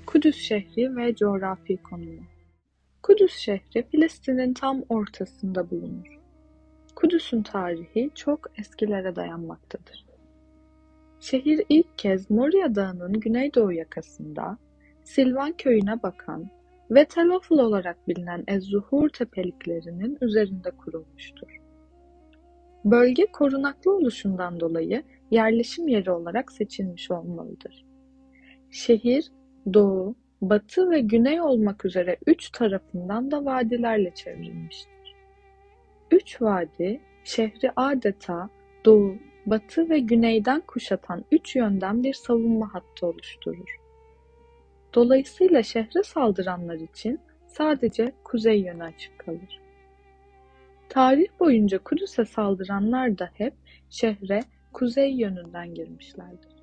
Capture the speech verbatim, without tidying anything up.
Kudüs şehri ve coğrafi konumu. Kudüs şehri Filistin'in tam ortasında bulunur. Kudüs'ün tarihi çok eskilere dayanmaktadır. Şehir ilk kez Moria Dağı'nın güneydoğu yakasında, Silvan köyüne bakan ve Tel Aful olarak bilinen Ez-Zuhur tepeliklerinin üzerinde kurulmuştur. Bölge korunaklı oluşundan dolayı yerleşim yeri olarak seçilmiş olmalıdır. Şehir, doğu, batı ve güney olmak üzere üç tarafından da vadilerle çevrilmiştir. Üç vadi, şehri adeta doğu, batı ve güneyden kuşatan üç yönden bir savunma hattı oluşturur. Dolayısıyla şehre saldıranlar için sadece kuzey yönü açık kalır. Tarih boyunca Kudüs'e saldıranlar da hep şehre kuzey yönünden girmişlerdir.